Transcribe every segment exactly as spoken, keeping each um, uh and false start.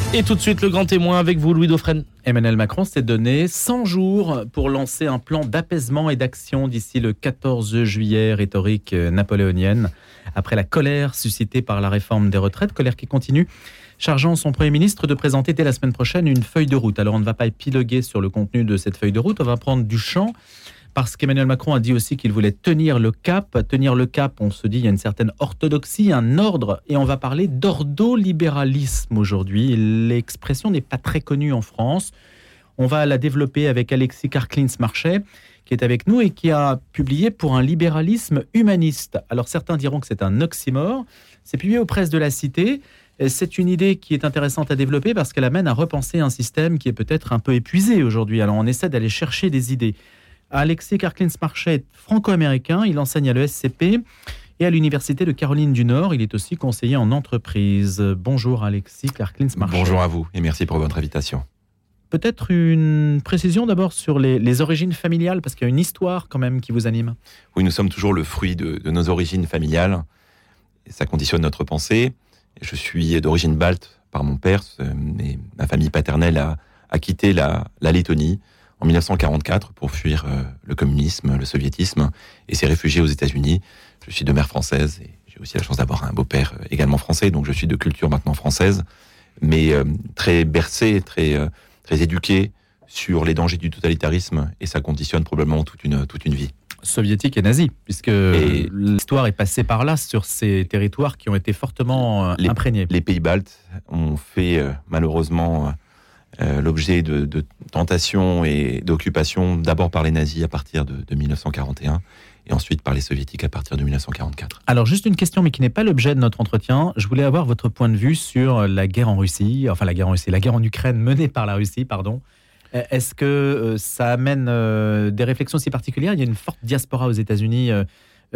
Et tout de suite, le grand témoin avec vous, Louis Dauphren. Emmanuel Macron s'est donné cent jours pour lancer un plan d'apaisement et d'action d'ici le quatorze juillet, rhétorique napoléonienne. Après la colère suscitée par la réforme des retraites, colère qui continue, chargeant son Premier ministre de présenter dès la semaine prochaine une feuille de route. Alors on ne va pas épiloguer sur le contenu de cette feuille de route, on va prendre du champ. Parce qu'Emmanuel Macron a dit aussi qu'il voulait tenir le cap. Tenir le cap, on se dit, il y a une certaine orthodoxie, un ordre. Et on va parler d'ordolibéralisme aujourd'hui. L'expression n'est pas très connue en France. On va la développer avec Alexis Karklins-Marchais, qui est avec nous et qui a publié pour un libéralisme humaniste. Alors certains diront que c'est un oxymore. C'est publié aux presses de la Cité. C'est une idée qui est intéressante à développer parce qu'elle amène à repenser un système qui est peut-être un peu épuisé aujourd'hui. Alors on essaie d'aller chercher des idées. Alexis Karklins-Marchais est franco-américain, il enseigne à l'E S C P et à l'Université de Caroline du Nord. Il est aussi conseiller en entreprise. Bonjour Alexis Karklins-Marchais. Bonjour à vous et merci pour votre invitation. Peut-être une précision d'abord sur les, les origines familiales, parce qu'il y a une histoire quand même qui vous anime. Oui, nous sommes toujours le fruit de, de nos origines familiales. Et ça conditionne notre pensée. Je suis d'origine balte par mon père, mais ma famille paternelle a, a quitté la, la Lettonie en dix-neuf cent quarante-quatre pour fuir euh, le communisme, le soviétisme, et s'est réfugié aux États-Unis. Je suis de mère française et j'ai aussi la chance d'avoir un beau-père euh, également français, donc je suis de culture maintenant française, mais euh, très bercé, très, euh, très éduqué sur les dangers du totalitarisme, et ça conditionne probablement toute une, toute une vie. Soviétique et nazi, puisque et l'histoire est passée par là, sur ces territoires qui ont été fortement euh, les, imprégnés. Les pays baltes ont fait euh, malheureusement... Euh, Euh, l'objet de, de tentations et d'occupations d'abord par les nazis à partir de, de dix-neuf cent quarante et un et ensuite par les soviétiques à partir de dix-neuf cent quarante-quatre. Alors juste une question, mais qui n'est pas l'objet de notre entretien. Je voulais avoir votre point de vue sur la guerre en Russie, enfin la guerre en Russie, la guerre en Ukraine menée par la Russie, pardon. Est-ce que euh, ça amène euh, des réflexions si particulières ? Il y a une forte diaspora aux États-Unis euh,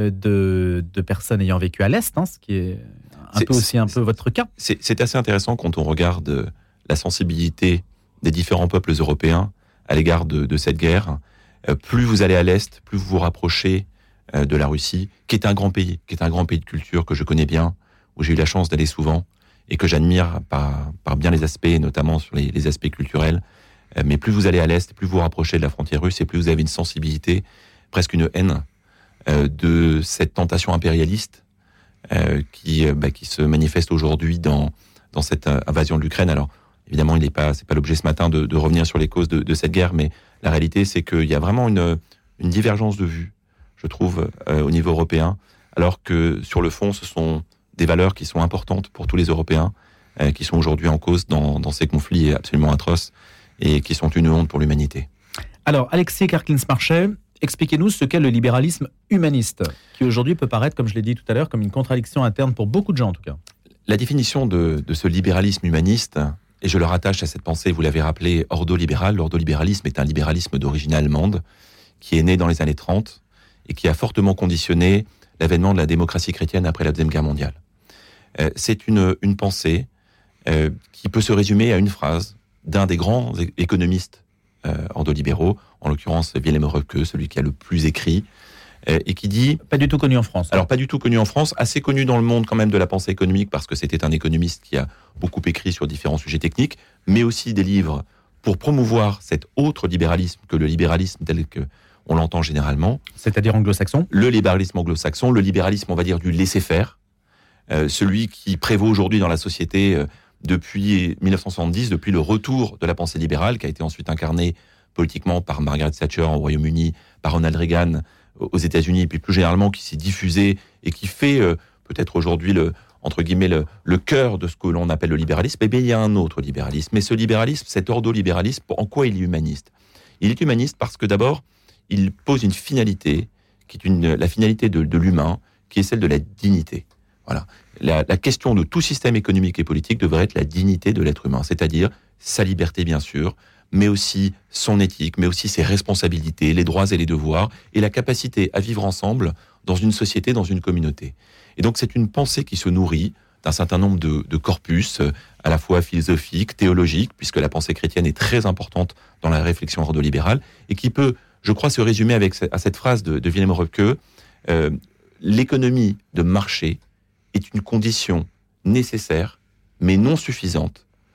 de, de personnes ayant vécu à l'Est, hein, ce qui est un c'est, peu aussi un c'est, peu votre cas. C'est, c'est assez intéressant quand on regarde la sensibilité des différents peuples européens à l'égard de, de cette guerre. Euh, plus vous allez à l'Est, plus vous vous rapprochez euh, de la Russie, qui est un grand pays, qui est un grand pays de culture que je connais bien, où j'ai eu la chance d'aller souvent, et que j'admire par, par bien les aspects, notamment sur les, les aspects culturels. Euh, mais plus vous allez à l'Est, plus vous vous rapprochez de la frontière russe, et plus vous avez une sensibilité, presque une haine, euh, de cette tentation impérialiste euh, qui, euh, bah, qui se manifeste aujourd'hui dans, dans cette euh, invasion de l'Ukraine. Alors, évidemment, il n'est pas, c'est pas l'objet ce matin de, de revenir sur les causes de, de cette guerre, mais la réalité, c'est qu'il y a vraiment une, une divergence de vues, je trouve, euh, au niveau européen, alors que sur le fond, ce sont des valeurs qui sont importantes pour tous les Européens, euh, qui sont aujourd'hui en cause dans, dans ces conflits absolument atroces et qui sont une honte pour l'humanité. Alors, Alexis Karklins-Marchais, expliquez-nous ce qu'est le libéralisme humaniste, qui aujourd'hui peut paraître, comme je l'ai dit tout à l'heure, comme une contradiction interne pour beaucoup de gens, en tout cas. La définition de, de ce libéralisme humaniste, et je le rattache à cette pensée, vous l'avez rappelé, ordolibérale. L'ordolibéralisme est un libéralisme d'origine allemande qui est né dans les années trente et qui a fortement conditionné l'avènement de la démocratie chrétienne après la Deuxième Guerre mondiale. Euh, c'est une, une pensée euh, qui peut se résumer à une phrase d'un des grands é- économistes euh, ordolibéraux, en l'occurrence Wilhelm Röpke, celui qui a le plus écrit, euh, et qui dit... Pas du tout connu en France. Alors, pas du tout connu en France, assez connu dans le monde quand même de la pensée économique, parce que c'était un économiste qui a beaucoup écrit sur différents sujets techniques, mais aussi des livres pour promouvoir cet autre libéralisme que le libéralisme tel qu'on l'entend généralement. C'est-à-dire anglo-saxon ? Le libéralisme anglo-saxon, le libéralisme, on va dire, du laisser-faire, euh, celui qui prévaut aujourd'hui dans la société euh, depuis dix-neuf cent soixante-dix, depuis le retour de la pensée libérale, qui a été ensuite incarnée politiquement par Margaret Thatcher au Royaume-Uni, par Ronald Reagan aux États-Unis, et puis plus généralement qui s'est diffusé et qui fait euh, peut-être aujourd'hui le, entre guillemets, le, le cœur de ce que l'on appelle le libéralisme. Eh bien, il y a un autre libéralisme. Mais ce libéralisme, cet ordolibéralisme, en quoi il est humaniste ? Il est humaniste parce que d'abord, il pose une finalité, qui est une, la finalité de, de l'humain, qui est celle de la dignité. Voilà. La, la question de tout système économique et politique devrait être la dignité de l'être humain, c'est-à-dire sa liberté, bien sûr, mais aussi son éthique, mais aussi ses responsabilités, les droits et les devoirs, et la capacité à vivre ensemble dans une société, dans une communauté. Et donc c'est une pensée qui se nourrit d'un certain nombre de, de corpus, à la fois philosophiques, théologiques, puisque la pensée chrétienne est très importante dans la réflexion ordolibérale, et qui peut, je crois, se résumer avec, à cette phrase de, de Wilhelm Röpke, euh, l'économie de marché est une condition nécessaire, mais non suffisante,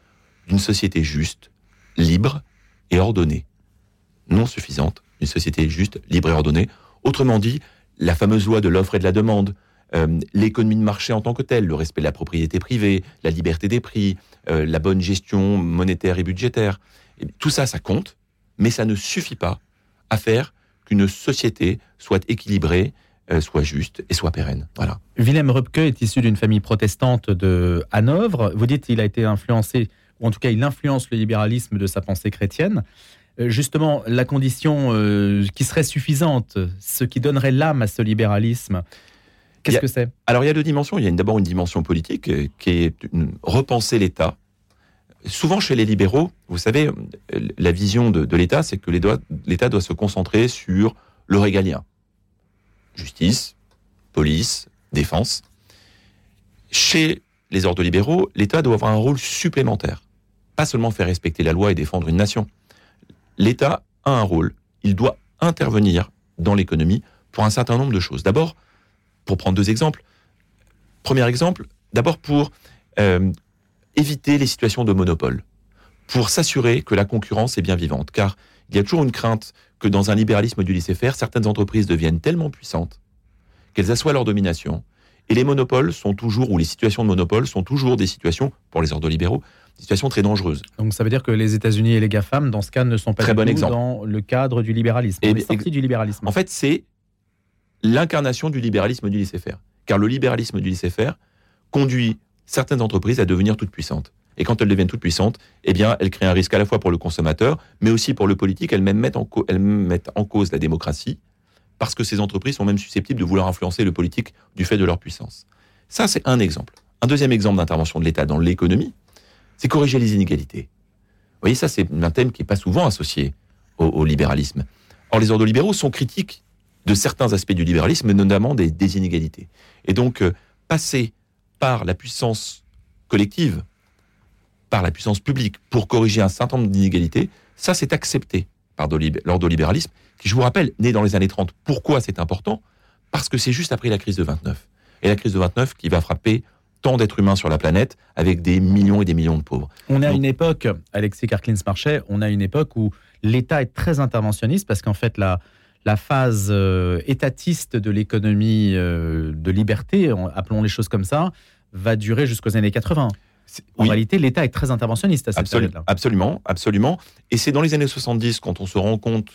d'une société juste, libre et ordonnée. Non suffisante, une société juste, libre et ordonnée. Autrement dit, la fameuse loi de l'offre et de la demande, euh, l'économie de marché en tant que telle, le respect de la propriété privée, la liberté des prix, euh, la bonne gestion monétaire et budgétaire. Et tout ça, ça compte, mais ça ne suffit pas à faire qu'une société soit équilibrée, euh, soit juste et soit pérenne. Voilà. Wilhelm Röpke est issu d'une famille protestante de Hanovre. Vous dites qu'il a été influencé, ou en tout cas il influence le libéralisme de sa pensée chrétienne. Euh, justement, la condition euh, qui serait suffisante, ce qui donnerait l'âme à ce libéralisme, qu'est-ce a, que c'est ? Alors il y a deux dimensions. Il y a une, d'abord une dimension politique euh, qui est une, repenser l'État. Souvent chez les libéraux, vous savez, la vision de, de l'État, c'est que l'État doit se concentrer sur le régalien. Justice, police, défense. Chez les ordolibéraux, l'État doit avoir un rôle supplémentaire. Pas seulement faire respecter la loi et défendre une nation. L'État a un rôle. Il doit intervenir dans l'économie pour un certain nombre de choses. D'abord, pour prendre deux exemples. Premier exemple, d'abord pour euh, éviter les situations de monopole, pour s'assurer que la concurrence est bien vivante. Car il y a toujours une crainte que dans un libéralisme du laisser-faire, certaines entreprises deviennent tellement puissantes qu'elles assoient leur domination. Et les monopoles sont toujours, ou les situations de monopole sont toujours des situations, pour les ordolibéraux, des situations très dangereuses. Donc ça veut dire que les États-Unis et les GAFAM, dans ce cas, ne sont pas très du bon tout exemple. Dans le cadre du libéralisme. Et On est sorti du libéralisme. En fait, c'est l'incarnation du libéralisme du laisser-faire. Car le libéralisme du laisser-faire conduit certaines entreprises à devenir toutes puissantes. Et quand elles deviennent toutes puissantes, eh bien, elles créent un risque à la fois pour le consommateur, mais aussi pour le politique. Elles même mettent en, co- elles mettent en cause la démocratie, parce que ces entreprises sont même susceptibles de vouloir influencer le politique du fait de leur puissance. Ça, c'est un exemple. Un deuxième exemple d'intervention de l'État dans l'économie, c'est corriger les inégalités. Vous voyez, ça, c'est un thème qui n'est pas souvent associé au, au libéralisme. Or, les ordolibéraux sont critiques de certains aspects du libéralisme, notamment des, des inégalités. Et donc, euh, passer par la puissance collective, par la puissance publique, pour corriger un certain nombre d'inégalités, ça, c'est accepté par l'ordolibéralisme, qui, je vous rappelle, né dans les années trente. Pourquoi c'est important ? Parce que c'est juste après la crise de vingt-neuf. Et la crise de vingt-neuf qui va frapper tant d'êtres humains sur la planète, avec des millions et des millions de pauvres. On est à Donc, une époque, Alexis Karklins-Marchais, on a une époque où l'État est très interventionniste, parce qu'en fait, la, la phase euh, étatiste de l'économie euh, de liberté, appelons les choses comme ça, va durer jusqu'aux années quatre-vingts. En oui. réalité, l'État est très interventionniste à cette Absol- période-là. Absolument, absolument. Et c'est dans les années soixante-dix, quand on se rend compte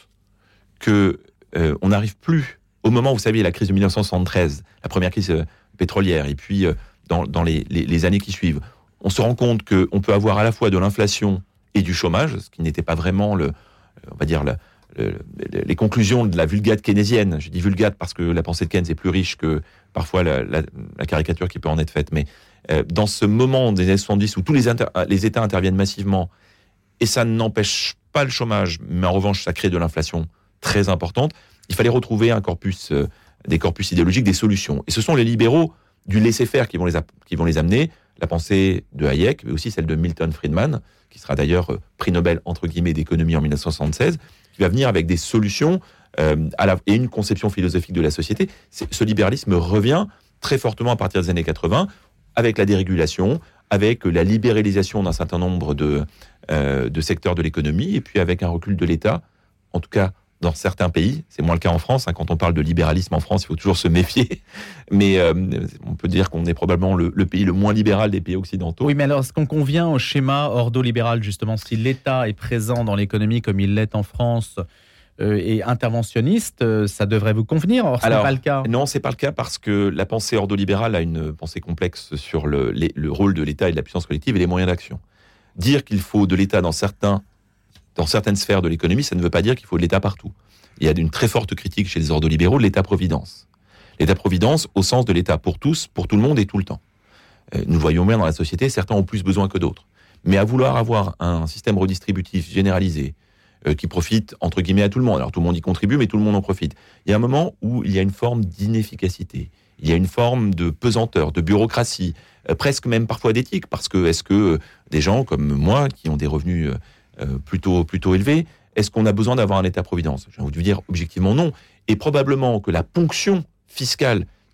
que euh, on n'arrive plus, au moment, vous savez, la crise de dix-neuf cent soixante-treize, la première crise euh, pétrolière, et puis euh, dans, dans les, les, les années qui suivent, on se rend compte qu'on peut avoir à la fois de l'inflation et du chômage, ce qui n'était pas vraiment, le, on va dire, le, le, les conclusions de la vulgate keynésienne. Je dis vulgate parce que la pensée de Keynes est plus riche que parfois la, la, la caricature qui peut en être faite. Mais euh, dans ce moment des années soixante-dix où tous les, inter- les États interviennent massivement, et ça n'empêche pas le chômage, mais en revanche, ça crée de l'inflation très importante, il fallait retrouver un corpus, euh, des corpus idéologiques, des solutions. Et ce sont les libéraux du laisser-faire qui vont les, ap- qui vont les amener. La pensée de Hayek, mais aussi celle de Milton Friedman, qui sera d'ailleurs euh, prix Nobel, entre guillemets, d'économie en dix-neuf cent soixante-seize, qui va venir avec des solutions euh, à la, et une conception philosophique de la société. C'est, ce libéralisme revient très fortement à partir des années quatre-vingts, avec la dérégulation, avec la libéralisation d'un certain nombre de, euh, de secteurs de l'économie, et puis avec un recul de l'État, en tout cas dans certains pays. C'est moins le cas en France. Hein. Quand on parle de libéralisme en France, il faut toujours se méfier. Mais euh, on peut dire qu'on est probablement le, le pays le moins libéral des pays occidentaux. Oui, mais alors, est-ce qu'on convient au schéma ordolibéral, justement, si l'État est présent dans l'économie comme il l'est en France euh, et interventionniste, euh, ça devrait vous convenir? Or, ce n'est pas le cas. Non, c'est pas le cas parce que la pensée ordolibérale a une pensée complexe sur le, les, le rôle de l'État et de la puissance collective et les moyens d'action. Dire qu'il faut de l'État dans certains Dans certaines sphères de l'économie, ça ne veut pas dire qu'il faut de l'État partout. Il y a une très forte critique chez les ordolibéraux de l'État-providence. L'État-providence au sens de l'État pour tous, pour tout le monde et tout le temps. Euh, nous voyons bien dans la société, certains ont plus besoin que d'autres. Mais à vouloir avoir un système redistributif généralisé, euh, qui profite, entre guillemets, à tout le monde. Alors tout le monde y contribue, mais tout le monde en profite. Il y a un moment où il y a une forme d'inefficacité. Il y a une forme de pesanteur, de bureaucratie, euh, presque même parfois d'éthique, parce que est-ce que euh, des gens comme moi, qui ont des revenus euh, Euh, plutôt, plutôt élevé, est-ce qu'on a besoin d'avoir un État-providence ? J'ai envie de vous dire objectivement non. Et probablement que la ponction fiscale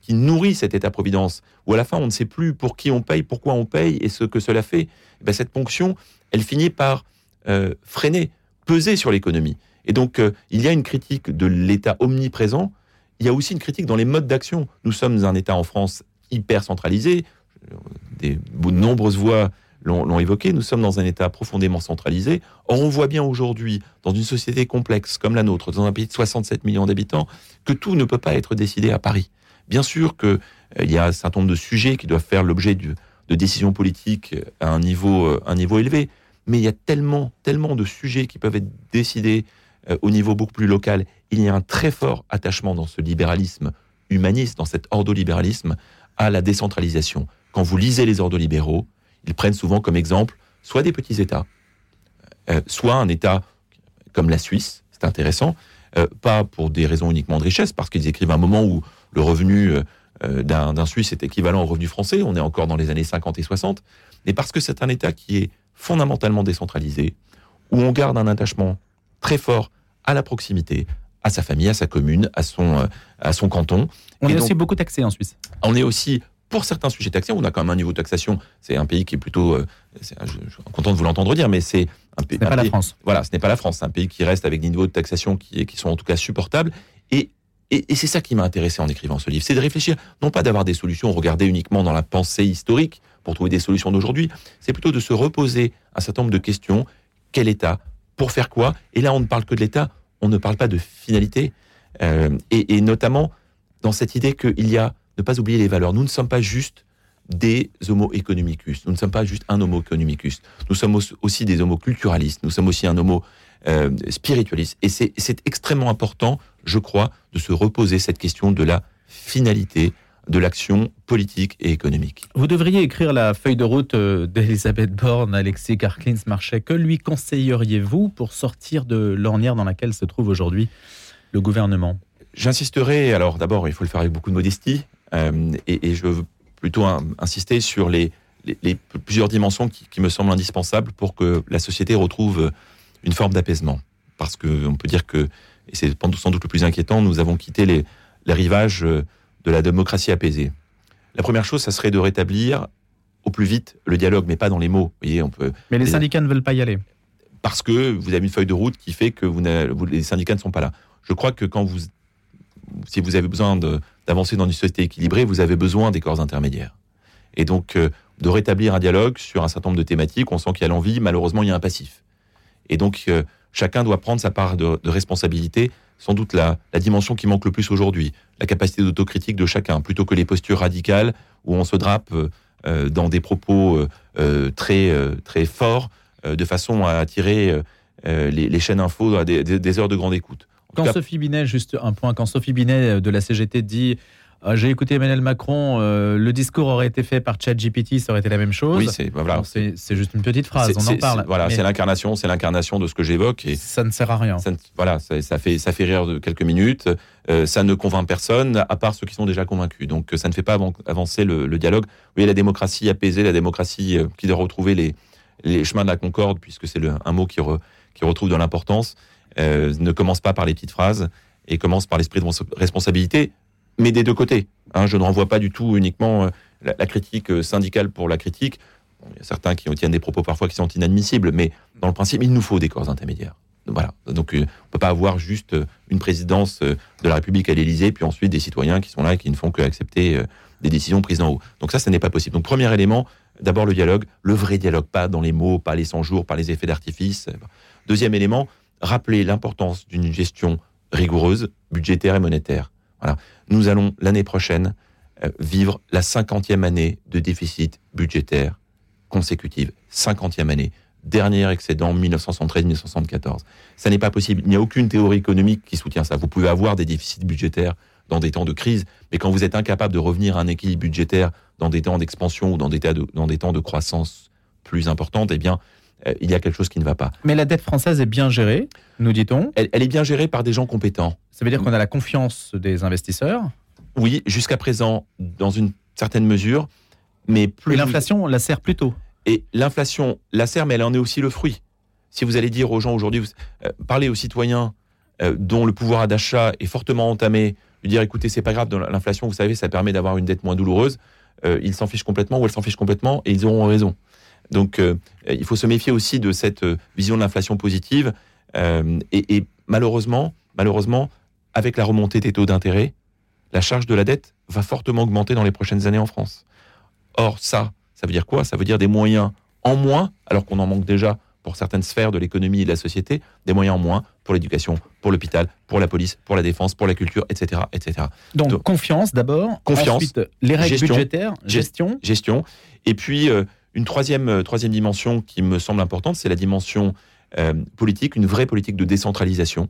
qui nourrit cet État-providence, où à la fin on ne sait plus pour qui on paye, pourquoi on paye et ce que cela fait, et bien cette ponction, elle finit par euh, freiner, peser sur l'économie. Et donc euh, il y a une critique de l'État omniprésent, il y a aussi une critique dans les modes d'action. Nous sommes un État en France hyper centralisé, des, de nombreuses voix l'ont, l'ont évoqué, nous sommes dans un État profondément centralisé. Or on voit bien aujourd'hui, dans une société complexe comme la nôtre, dans un pays de soixante-sept millions d'habitants, que tout ne peut pas être décidé à Paris. Bien sûr qu'il euh, y a un certain nombre de sujets qui doivent faire l'objet de, de décisions politiques à un niveau, euh, un niveau élevé, mais il y a tellement, tellement de sujets qui peuvent être décidés euh, au niveau beaucoup plus local. Il y a un très fort attachement dans ce libéralisme humaniste, dans cet ordolibéralisme, à la décentralisation. Quand vous lisez les ordolibéraux, ils prennent souvent comme exemple soit des petits États, euh, soit un État comme la Suisse, c'est intéressant, euh, pas pour des raisons uniquement de richesse, parce qu'ils écrivent à un moment où le revenu euh, d'un, d'un Suisse est équivalent au revenu français, on est encore dans les années cinquante et soixante, mais parce que c'est un État qui est fondamentalement décentralisé, où on garde un attachement très fort à la proximité, à sa famille, à sa commune, à son, euh, à son canton. On et est donc, aussi beaucoup taxé en Suisse. On est aussi, pour certains sujets taxés, on a quand même un niveau de taxation, c'est un pays qui est plutôt, euh, c'est, je, je suis content de vous l'entendre dire, mais c'est un, ce n'est un pas pays, la France. Voilà, ce n'est pas la France, c'est un pays qui reste avec des niveaux de taxation qui, qui sont en tout cas supportables, et Et, et c'est ça qui m'a intéressé en écrivant ce livre, c'est de réfléchir, non pas d'avoir des solutions, regarder uniquement dans la pensée historique pour trouver des solutions d'aujourd'hui, c'est plutôt de se reposer un certain nombre de questions. Quel État? Pour faire quoi? Et là, on ne parle que de l'État, on ne parle pas de finalité. Euh, et, et notamment dans cette idée qu'il y a, ne pas oublier les valeurs. Nous ne sommes pas juste des homo economicus, nous ne sommes pas juste un homo economicus, nous sommes aussi des homo culturalistes, nous sommes aussi un homo euh, spiritualiste. Et c'est, c'est extrêmement important, je crois, de se reposer cette question de la finalité de l'action politique et économique. Vous devriez écrire la feuille de route d'Elisabeth Borne, Alexis Karklins-Marchais. Que lui conseilleriez-vous pour sortir de l'ornière dans laquelle se trouve aujourd'hui le gouvernement? J'insisterai, alors d'abord, il faut le faire avec beaucoup de modestie, euh, et, et je veux plutôt un, insister sur les, les, les plusieurs dimensions qui, qui me semblent indispensables pour que la société retrouve une forme d'apaisement. Parce qu'on peut dire que, et c'est sans doute le plus inquiétant, nous avons quitté les, les rivages de la démocratie apaisée. La première chose, ça serait de rétablir au plus vite le dialogue, mais pas dans les mots. Vous voyez, on peut... Mais les syndicats ne veulent pas y aller. Parce que vous avez une feuille de route qui fait que vous vous, les syndicats ne sont pas là. Je crois que quand vous, si vous avez besoin de, d'avancer dans une société équilibrée, vous avez besoin des corps intermédiaires. Et donc, euh, de rétablir un dialogue sur un certain nombre de thématiques, on sent qu'il y a l'envie, malheureusement, il y a un passif. Et donc, euh, chacun doit prendre sa part de, de responsabilité, sans doute la, la dimension qui manque le plus aujourd'hui, la capacité d'autocritique de chacun, plutôt que les postures radicales où on se drape euh, dans des propos euh, très, euh, très forts, euh, de façon à attirer euh, les, les chaînes infos à des, des, des heures de grande écoute. Quand cas, Sophie Binet, juste un point, quand Sophie Binet de la C G T dit ah, « J'ai écouté Emmanuel Macron, euh, le discours aurait été fait par ChatGPT, ça aurait été la même chose. » Oui, c'est, voilà. Bon, c'est, c'est juste une petite phrase, c'est, on c'est, en parle. C'est, voilà, c'est l'incarnation, c'est l'incarnation de ce que j'évoque. Et ça ne sert à rien. Ça, voilà, ça, ça, fait, ça fait rire de quelques minutes. Euh, ça ne convainc personne, à part ceux qui sont déjà convaincus. Donc ça ne fait pas avancer le, le dialogue. Vous voyez, la démocratie apaisée, la démocratie euh, qui doit retrouver les, les chemins de la concorde, puisque c'est le, un mot qui, re, qui retrouve de l'importance, euh, ne commence pas par les petites phrases et commence par l'esprit de responsabilité, mais des deux côtés. Hein, je ne renvoie pas du tout uniquement euh, la, la critique syndicale pour la critique. Bon, il y a certains qui tiennent des propos parfois qui sont inadmissibles, mais dans le principe, il nous faut des corps intermédiaires. Voilà. Donc, euh, on ne peut pas avoir juste euh, une présidence euh, de la République à l'Élysée, puis ensuite des citoyens qui sont là et qui ne font qu'accepter euh, des décisions prises d'en haut. Donc ça, ça n'est pas possible. Donc, premier élément, d'abord le dialogue, le vrai dialogue, pas dans les mots, pas les cent jours, pas les effets d'artifice. Deuxième élément, rappeler l'importance d'une gestion rigoureuse, budgétaire et monétaire. Voilà. Nous allons, l'année prochaine, euh, vivre la cinquantième année de déficit budgétaire consécutive. cinquantième année. Dernier excédent, dix-neuf cent soixante-treize dix-neuf cent soixante-quatorze. Ça n'est pas possible. Il n'y a aucune théorie économique qui soutient ça. Vous pouvez avoir des déficits budgétaires dans des temps de crise, mais quand vous êtes incapable de revenir à un équilibre budgétaire dans des temps d'expansion ou dans des, de, dans des temps de croissance plus importante, eh bien, euh, il y a quelque chose qui ne va pas. Mais la dette française est bien gérée, nous dit-on. Elle, elle est bien gérée par des gens compétents. Ça veut dire qu'on a la confiance des investisseurs? Oui, jusqu'à présent, dans une certaine mesure, mais plus... Et l'inflation, on la sert plutôt. Et l'inflation la sert, mais elle en est aussi le fruit. Si vous allez dire aux gens aujourd'hui, vous, euh, parlez aux citoyens euh, dont le pouvoir d'achat est fortement entamé lui dire écoutez, c'est pas grave, dans l'inflation, vous savez, ça permet d'avoir une dette moins douloureuse, euh, ils s'en fichent complètement ou elles s'en fichent complètement et ils auront raison. Donc euh, il faut se méfier aussi de cette euh, vision de l'inflation positive euh, et, et malheureusement, malheureusement, avec la remontée des taux d'intérêt, la charge de la dette va fortement augmenter dans les prochaines années en France. Or ça, ça veut dire quoi ? Ça veut dire des moyens en moins, alors qu'on en manque déjà pour certaines sphères de l'économie et de la société, des moyens en moins pour l'éducation, pour l'hôpital, pour la police, pour la défense, pour la culture, et cetera, et cetera. Donc, Donc confiance d'abord, confiance, ensuite les règles gestion, budgétaires, gestion. Gestion. Et puis euh, une troisième, euh, troisième dimension qui me semble importante, c'est la dimension euh, politique, une vraie politique de décentralisation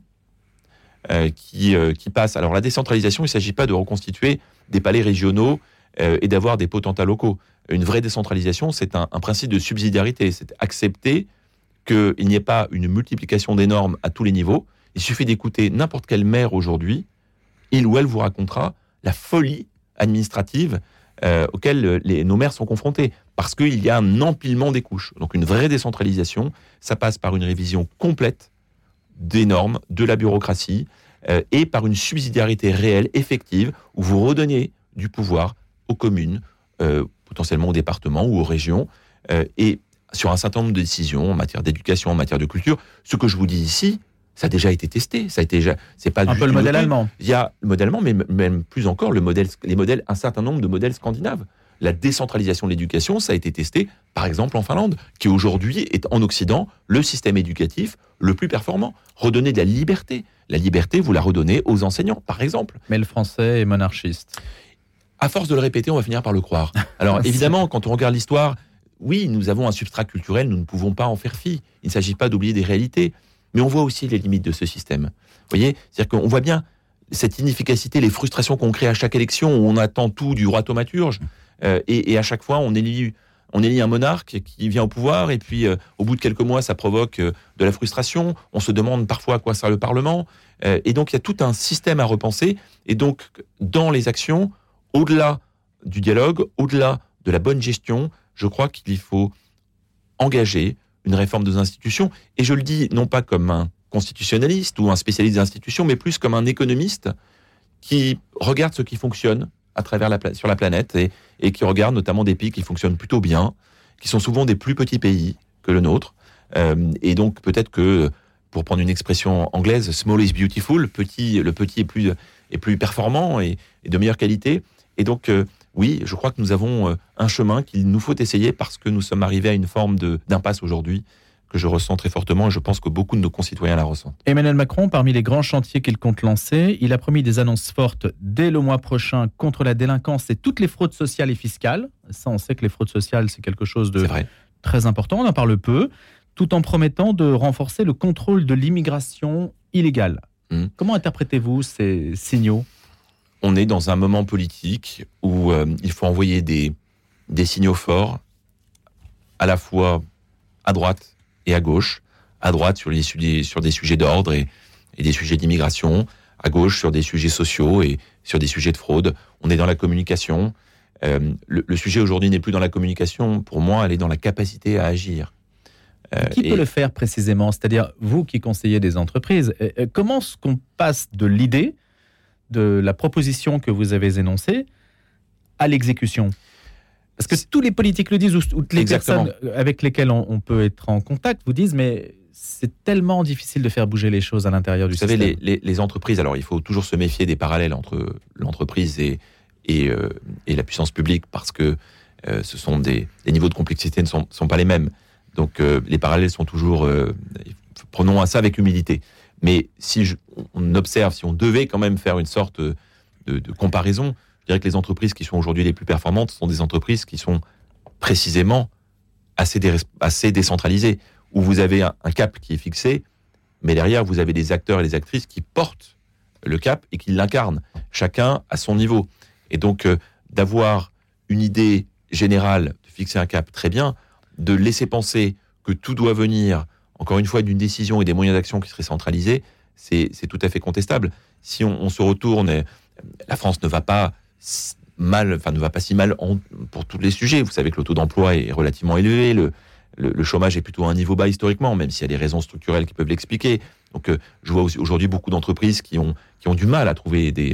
euh, qui, euh, qui passe. Alors la décentralisation, il ne s'agit pas de reconstituer des palais régionaux euh, et d'avoir des potentats locaux. Une vraie décentralisation, c'est un, un principe de subsidiarité, c'est accepter qu'il n'y ait pas une multiplication des normes à tous les niveaux. Il suffit d'écouter n'importe quel maire aujourd'hui, il ou elle vous racontera la folie administrative euh, auquel les, nos maires sont confrontés, parce qu'il y a un empilement des couches. Donc une vraie décentralisation, ça passe par une révision complète des normes, de la bureaucratie, euh, et par une subsidiarité réelle, effective, où vous redonnez du pouvoir aux communes, euh, potentiellement aux départements ou aux régions, euh, et sur un certain nombre de décisions en matière d'éducation, en matière de culture. Ce que je vous dis ici, ça a déjà été testé. Ça a été déjà, c'est pas un peu le modèle allemand. Il y a le modèle allemand, mais même plus encore le modèle, les modèles, un certain nombre de modèles scandinaves. La décentralisation de l'éducation, ça a été testé, par exemple en Finlande, qui aujourd'hui est en Occident le système éducatif le plus performant. Redonner de la liberté. La liberté, vous la redonnez aux enseignants, par exemple. Mais le français est monarchiste. À force de le répéter, on va finir par le croire. Alors évidemment, quand on regarde l'histoire, oui, nous avons un substrat culturel, nous ne pouvons pas en faire fi. Il ne s'agit pas d'oublier des réalités, mais on voit aussi les limites de ce système. Vous voyez, c'est-à-dire qu'on voit bien cette inefficacité, les frustrations qu'on crée à chaque élection, où on attend tout du roi thaumaturge, euh, et, et à chaque fois, on élit, on élit un monarque qui vient au pouvoir, et puis euh, au bout de quelques mois, ça provoque euh, de la frustration. On se demande parfois à quoi sert le Parlement, euh, et donc il y a tout un système à repenser. Et donc, dans les actions, au-delà du dialogue, au-delà de la bonne gestion, je crois qu'il faut engager une réforme des institutions. Et je le dis non pas comme un constitutionnaliste ou un spécialiste des institutions, mais plus comme un économiste qui regarde ce qui fonctionne à travers la, sur la planète et, et qui regarde notamment des pays qui fonctionnent plutôt bien, qui sont souvent des plus petits pays que le nôtre. Euh, et donc peut-être que, pour prendre une expression anglaise, small is beautiful, petit, le petit est plus, est plus performant et, et de meilleure qualité. Et donc, euh, oui, je crois que nous avons euh, un chemin qu'il nous faut essayer parce que nous sommes arrivés à une forme de, d'impasse aujourd'hui que je ressens très fortement et je pense que beaucoup de nos concitoyens la ressentent. Emmanuel Macron, parmi les grands chantiers qu'il compte lancer, il a promis des annonces fortes dès le mois prochain contre la délinquance et toutes les fraudes sociales et fiscales. Ça, on sait que les fraudes sociales, c'est quelque chose de très important, on en parle peu, tout en promettant de renforcer le contrôle de l'immigration illégale. Mmh. Comment interprétez-vous ces signaux ? On est dans un moment politique où euh, il faut envoyer des, des signaux forts, à la fois à droite et à gauche. À droite sur, les, sur des sujets d'ordre et, et des sujets d'immigration, à gauche sur des sujets sociaux et sur des sujets de fraude. On est dans la communication. Euh, le, le sujet aujourd'hui n'est plus dans la communication. Pour moi, elle est dans la capacité à agir. Euh, qui et... peut le faire précisément ? C'est-à-dire, vous qui conseillez des entreprises, euh, comment est-ce qu'on passe de l'idée de la proposition que vous avez énoncée à l'exécution ? Parce que tous les politiques le disent, ou toutes les Exactement. personnes avec lesquelles on, on peut être en contact vous disent, mais c'est tellement difficile de faire bouger les choses à l'intérieur du vous système. Vous savez, les, les, les entreprises, alors il faut toujours se méfier des parallèles entre l'entreprise et, et, euh, et la puissance publique, parce que euh, ce sont des, les niveaux de complexité ne sont, sont pas les mêmes. Donc euh, les parallèles sont toujours... Euh, prenons ça avec humilité. Mais si je, on observe, si on devait quand même faire une sorte de, de comparaison, je dirais que les entreprises qui sont aujourd'hui les plus performantes sont des entreprises qui sont précisément assez, dé, assez décentralisées, où vous avez un, un cap qui est fixé, mais derrière, vous avez des acteurs et des actrices qui portent le cap et qui l'incarnent, chacun à son niveau. Et donc, euh, d'avoir une idée générale, de fixer un cap, très bien, de laisser penser que tout doit venir, encore une fois, d'une décision et des moyens d'action qui seraient centralisés, c'est, c'est tout à fait contestable. Si on, on se retourne, et la France ne va pas mal, enfin ne va pas si mal en, pour tous les sujets. Vous savez que le taux d'emploi est relativement élevé, le, le, le chômage est plutôt à un niveau bas historiquement, même s'il y a des raisons structurelles qui peuvent l'expliquer. Donc, euh, je vois aussi aujourd'hui beaucoup d'entreprises qui ont qui ont du mal à trouver des euh,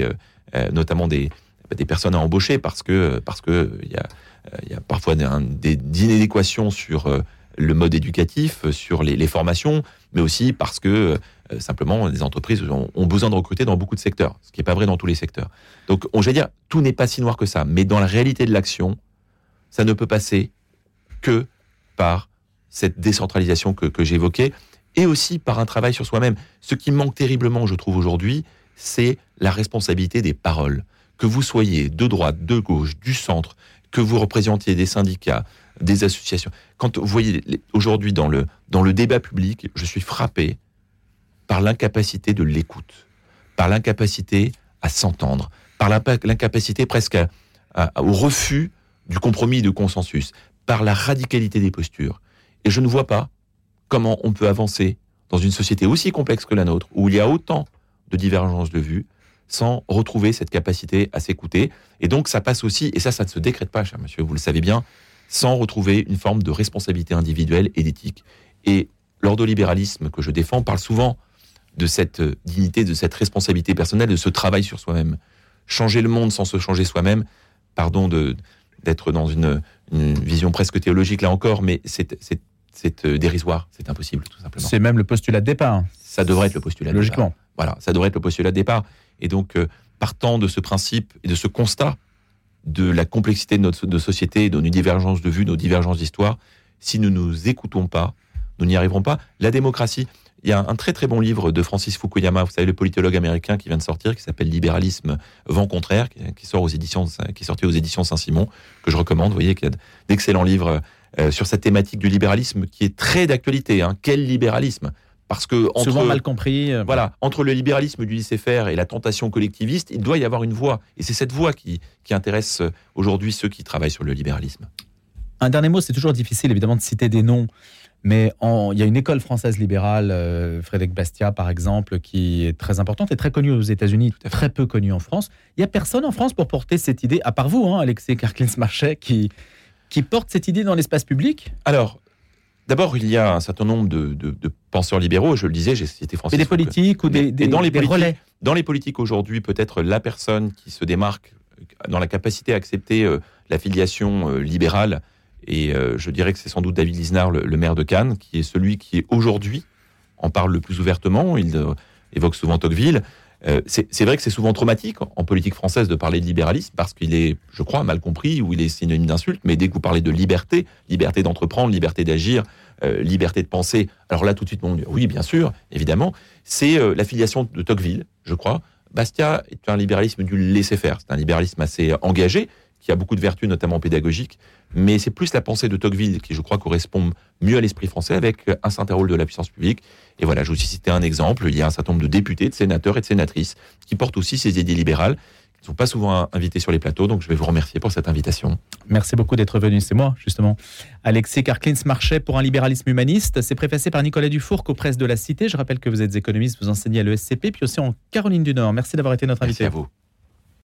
euh, notamment des, des personnes à embaucher, parce que parce que il y a, il y a parfois des, des inéquations sur euh, le mode éducatif, sur les, les formations, mais aussi parce que euh, simplement les entreprises ont, ont besoin de recruter dans beaucoup de secteurs, ce qui n'est pas vrai dans tous les secteurs. Donc, on, je vais dire, tout n'est pas si noir que ça, mais dans la réalité de l'action, ça ne peut passer que par cette décentralisation que, que j'évoquais, et aussi par un travail sur soi-même. Ce qui manque terriblement, je trouve, aujourd'hui, c'est la responsabilité des paroles. Que vous soyez de droite, de gauche, du centre, que vous représentiez des syndicats, des associations. Quand vous voyez aujourd'hui dans le, dans le débat public, je suis frappé par l'incapacité de l'écoute, par l'incapacité à s'entendre, par l'incapacité presque à, à, au refus du compromis et du consensus, par la radicalité des postures. Et je ne vois pas comment on peut avancer dans une société aussi complexe que la nôtre, où il y a autant de divergences de vues, sans retrouver cette capacité à s'écouter. Et donc, ça passe aussi, et ça, ça ne se décrète pas, cher monsieur, vous le savez bien, sans retrouver une forme de responsabilité individuelle et d'éthique. Et l'ordolibéralisme que je défends parle souvent de cette dignité, de cette responsabilité personnelle, de ce travail sur soi-même. Changer le monde sans se changer soi-même, pardon de, d'être dans une, une vision presque théologique là encore, mais c'est, c'est, c'est dérisoire, c'est impossible tout simplement. C'est même le postulat de départ. Ça devrait être le postulat de Logiquement. départ. Voilà, ça devrait être le postulat de départ. Et donc, euh, partant de ce principe et de ce constat de la complexité de notre de société, de nos divergences de vues, nos divergences d'histoire, si nous ne nous écoutons pas, nous n'y arriverons pas. La démocratie, il y a un très très bon livre de Francis Fukuyama, vous savez, le politologue américain qui vient de sortir, qui s'appelle Libéralisme Vent Contraire, qui sort aux éditions, qui est sorti aux éditions Saint-Simon, que je recommande. Vous voyez qu'il y a d'excellents livres euh, sur cette thématique du libéralisme qui est très d'actualité. Hein. Quel libéralisme ? Parce que entre, souvent mal compris. Euh... Voilà, entre le libéralisme du laisser-faire et la tentation collectiviste, il doit y avoir une voie. Et c'est cette voie qui, qui intéresse aujourd'hui ceux qui travaillent sur le libéralisme. Un dernier mot, c'est toujours difficile évidemment de citer des noms, mais en, il y a une école française libérale, euh, Frédéric Bastiat par exemple, qui est très importante et très connue aux États-Unis, très peu connue en France. Il n'y a personne en France pour porter cette idée, à part vous, hein, Alexis Karklins-Marchais, qui, qui porte cette idée dans l'espace public. Alors, d'abord, il y a un certain nombre de, de, de penseurs libéraux, je le disais, j'ai cité Francis. Et des politiques ou des, des, dans les des relais. Dans les politiques aujourd'hui, peut-être la personne qui se démarque dans la capacité à accepter euh, la filiation euh, libérale, et euh, je dirais que c'est sans doute David Lisnard, le, le maire de Cannes, qui est celui qui est aujourd'hui en parle le plus ouvertement. Il euh, évoque souvent Tocqueville. Euh, c'est, c'est vrai que c'est souvent traumatique en politique française de parler de libéralisme parce qu'il est, je crois, mal compris ou il est synonyme d'insulte. Mais dès que vous parlez de liberté, liberté d'entreprendre, liberté d'agir, euh, liberté de penser, alors là tout de suite on dit oui, bien sûr, évidemment, c'est euh, la filiation de Tocqueville, je crois. Bastiat est un libéralisme du laisser-faire. C'est un libéralisme assez engagé qui a beaucoup de vertus, notamment pédagogiques. Mais c'est plus la pensée de Tocqueville qui, je crois, correspond mieux à l'esprit français avec un certain rôle de la puissance publique. Et voilà, je vous ai cité un exemple. Il y a un certain nombre de députés, de sénateurs et de sénatrices qui portent aussi ces idées libérales, qui ne sont pas souvent invités sur les plateaux. Donc, je vais vous remercier pour cette invitation. Merci beaucoup d'être venu. C'est moi, justement. Alexis Karklins-Marchais pour un libéralisme humaniste. C'est préfacé par Nicolas Dufourcq aux presses de la Cité. Je rappelle que vous êtes économiste, vous enseignez à l'E S C P, puis aussi en Caroline du Nord. Merci d'avoir été notre invité. Merci à vous.